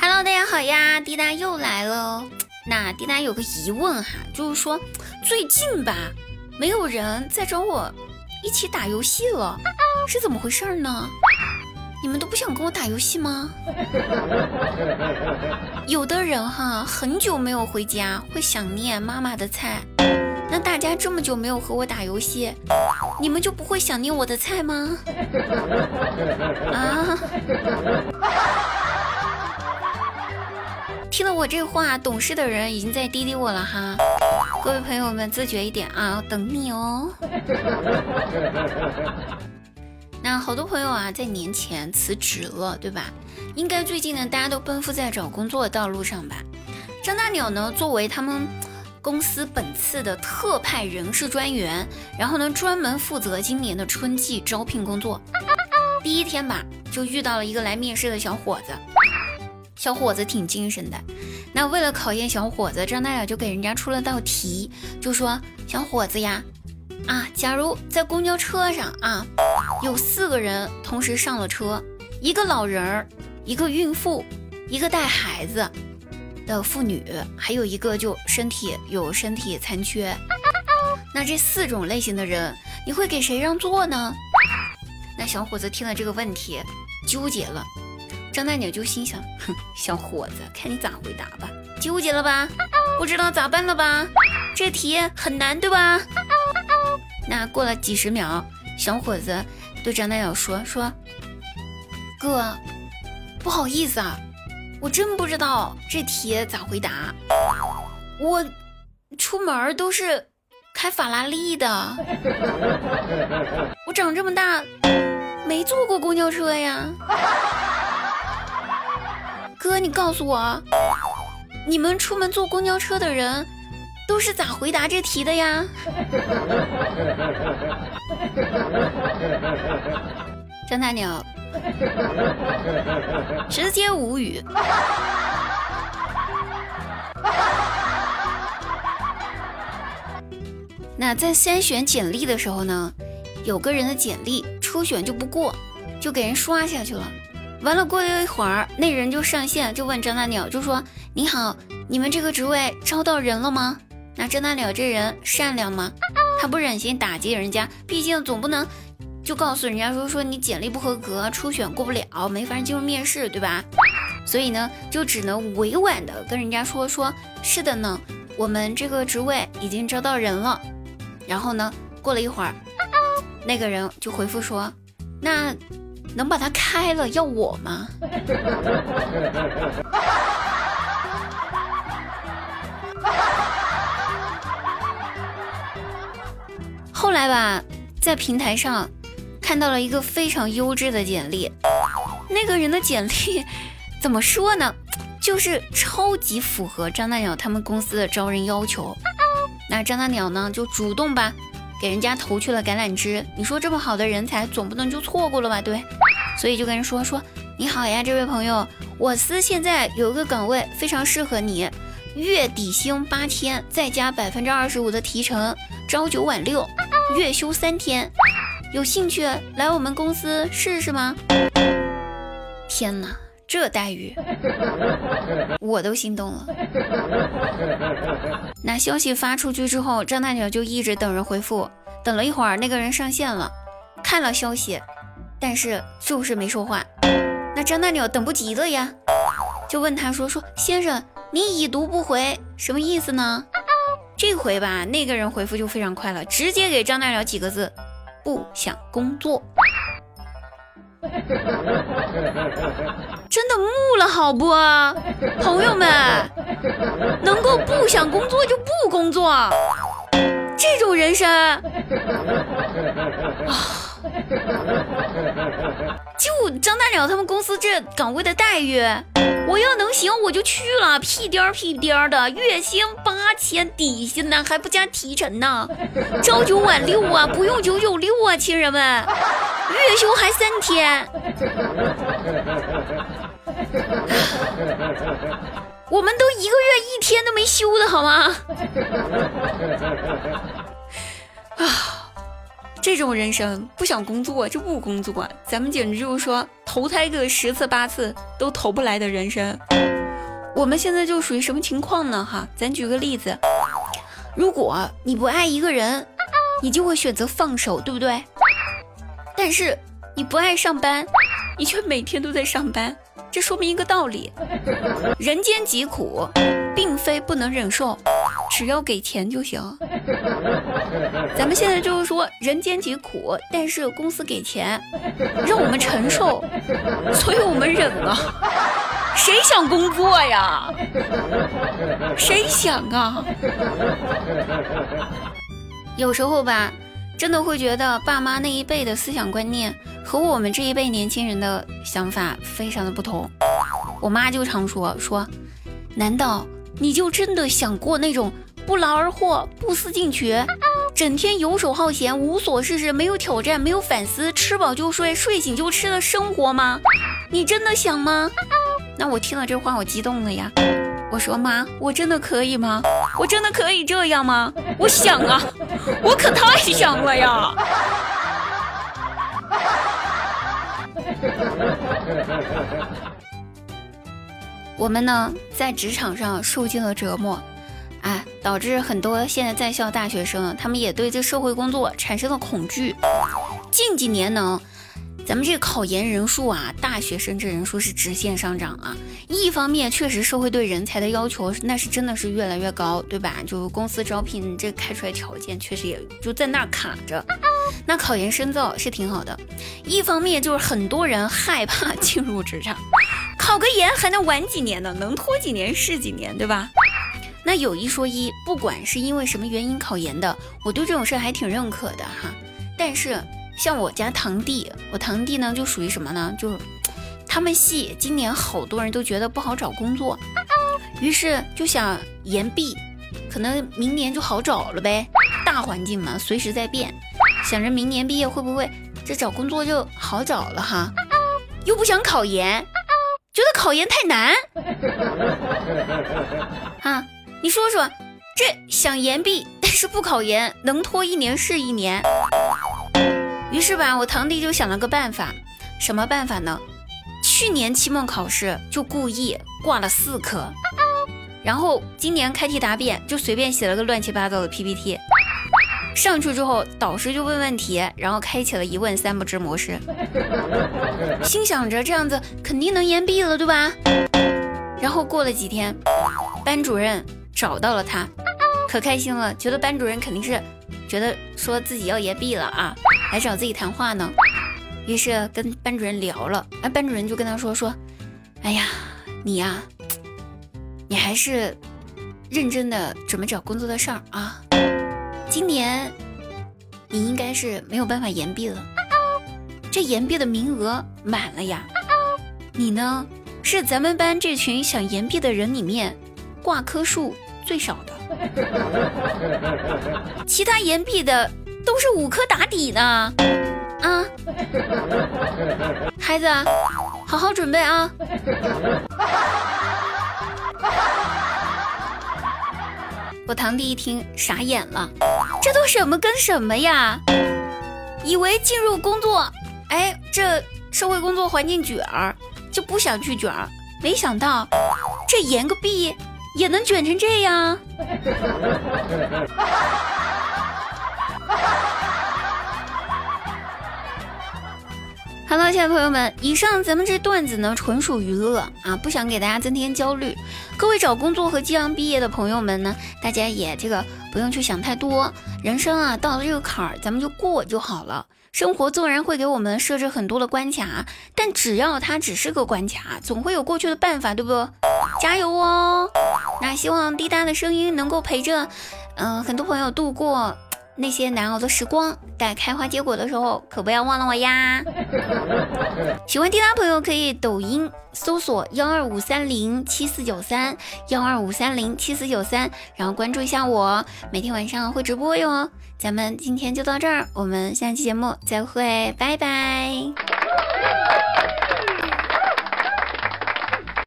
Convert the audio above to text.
Hello， 大家好呀，滴答又来了。那滴答有个疑问哈，就是说最近吧，没有人再找我一起打游戏了，是怎么回事呢？你们都不想跟我打游戏吗？有的人哈，很久没有回家，会想念妈妈的菜。那大家这么久没有和我打游戏，你们就不会想念我的菜吗？啊！听了我这话，懂事的人已经在滴滴我了哈。各位朋友们自觉一点啊，等你哦。那好多朋友啊，在年前辞职了，对吧？应该最近呢，大家都奔赴在找工作的道路上吧。张大鸟呢，作为他们公司本次的特派人事专员，然后呢，专门负责今年的春季招聘工作。第一天吧，就遇到了一个来面试的小伙子。小伙子挺精神的，那为了考验小伙子，张大鸟就给人家出了道题，就说小伙子呀，假如在公交车上有4个人同时上了车，一个老人，一个孕妇，一个带孩子的妇女，还有一个就身体残缺，那这4种类型的人，你会给谁让座呢？那小伙子听了这个问题，纠结了。张大鸟就心想，小伙子，看你咋回答吧，纠结了吧，不知道咋办了吧，这题很难对吧？那过了几十秒，小伙子对张大鸟说，哥，不好意思啊，我真不知道这题咋回答，我出门都是开法拉利的，我长这么大没坐过公交车呀。哥，你告诉我，你们出门坐公交车的人都是咋回答这题的呀？张大鸟直接无语。那在筛选简历的时候呢，有个人的简历初选就不过，就给人刷下去了。完了，过了一会儿，那人就上线，就问张大鸟，就说：“你好，你们这个职位招到人了吗？”那张大鸟这人善良吗？他不忍心打击人家，毕竟总不能就告诉人家说你简历不合格，初选过不了，没法进入面试，对吧？所以呢，就只能委婉的跟人家说是的呢，我们这个职位已经招到人了。然后呢，过了一会儿，那个人就回复说：“那能把它开了要我吗？”后来吧，在平台上看到了一个非常优质的简历，那个人的简历怎么说呢，就是超级符合张大鸟他们公司的招人要求。那张大鸟呢，就主动吧给人家投去了橄榄枝，你说这么好的人才，总不能就错过了吧，对？所以就跟人说你好呀，这位朋友，我司现在有一个岗位非常适合你，月底薪8天，再加25%的提成，朝9晚6，月休3天，有兴趣来我们公司试试吗？天哪，这待遇我都心动了。那消息发出去之后，张大鸟就一直等人回复，等了一会儿，那个人上线了，看了消息，但是就是没说话。那张大鸟等不及了呀，就问他说先生，你已读不回，什么意思呢？这回吧，那个人回复就非常快了，直接给张大鸟几个字：不想工作。真的木了好不？朋友们，能够不想工作就不工作，这种人生就张大鸟他们公司这岗位的待遇，我要能行我就去了，屁颠儿的，月薪8000，底薪呢还不加提成呢，朝9晚6啊，不用996啊，亲人们，月休还3天。我们都1个月1天都没休的好吗？这种人生不想工作就不工作，咱们简直就是说投胎个10次8次都投不来的人生。 我们现在就属于什么情况呢？哈，咱举个例子，如果你不爱一个人，你就会选择放手，对不对？但是你不爱上班，你却每天都在上班，这说明一个道理：人间疾苦，并非不能忍受，只要给钱就行。咱们现在就是说人间疾苦，但是公司给钱让我们承受，所以我们忍了。谁想工作呀？谁想啊？有时候吧，真的会觉得爸妈那一辈的思想观念和我们这一辈年轻人的想法非常的不同。我妈就常说，难道你就真的想过那种不劳而获、不思进取，整天游手好闲、无所事事、没有挑战、没有反思、吃饱就睡、睡醒就吃的生活吗？你真的想吗？那我听了这话，我激动了呀。我说妈，我真的可以吗？我真的可以这样吗？我想啊，我可太想了呀。我们呢，在职场上受尽了折磨，导致很多现在在校大学生，他们也对这社会工作产生了恐惧。近几年呢，咱们这个考研人数啊，大学生这人数是直线上涨啊。一方面确实社会对人才的要求那是真的是越来越高，对吧？就公司招聘这开出来条件确实也就在那儿卡着。那考研深造是挺好的，一方面就是很多人害怕进入职场，考个研还能晚几年呢，能拖几年是几年，对吧？那有一说一，不管是因为什么原因考研的，我对这种事还挺认可的哈。但是像我家堂弟，我堂弟呢就属于什么呢？就是他们系今年好多人都觉得不好找工作，于是就想延毕，可能明年就好找了呗。大环境嘛，随时在变，想着明年毕业会不会这找工作就好找了哈？又不想考研，觉得考研太难啊！你说说，这想延毕，但是不考研，能拖一年是一年。于是吧，我堂弟就想了个办法，什么办法呢？去年期末考试就故意挂了4科，然后今年开题答辩就随便写了个乱七八糟的 PPT， 上去之后导师就问问题，然后开启了一问三不知模式，心想着这样子肯定能延毕了，对吧？然后过了几天，班主任找到了他，可开心了，觉得班主任肯定是觉得说自己要延毕了啊，来找自己谈话呢。于是跟班主任聊了，班主任就跟他说，哎呀，你呀，你还是认真的准备找工作的事儿啊，今年你应该是没有办法延毕了，这延毕的名额满了呀，你呢是咱们班这群想延毕的人里面挂科数最少的，其他延毕的都是5科打底呢。孩子，好好准备啊！我堂弟一听傻眼了，这都什么跟什么呀？以为进入工作，这社会工作环境卷儿，就不想去卷儿，没想到这延个毕也能卷成这样。好了，亲爱的朋友们，以上咱们这段子呢纯属娱乐啊，不想给大家增添焦虑。各位找工作和即将毕业的朋友们呢，大家也不用去想太多，人生啊到了这个坎儿，咱们就过就好了。生活纵然会给我们设置很多的关卡，但只要它只是个关卡，总会有过去的办法，对不？加油哦！那希望滴答的声音能够陪着很多朋友度过那些难熬的时光，待开花结果的时候可不要忘了我呀。喜欢滴答朋友可以抖音搜索125307493 125307493，然后关注一下我，每天晚上会直播哟。咱们今天就到这儿，我们下期节目再会，拜拜。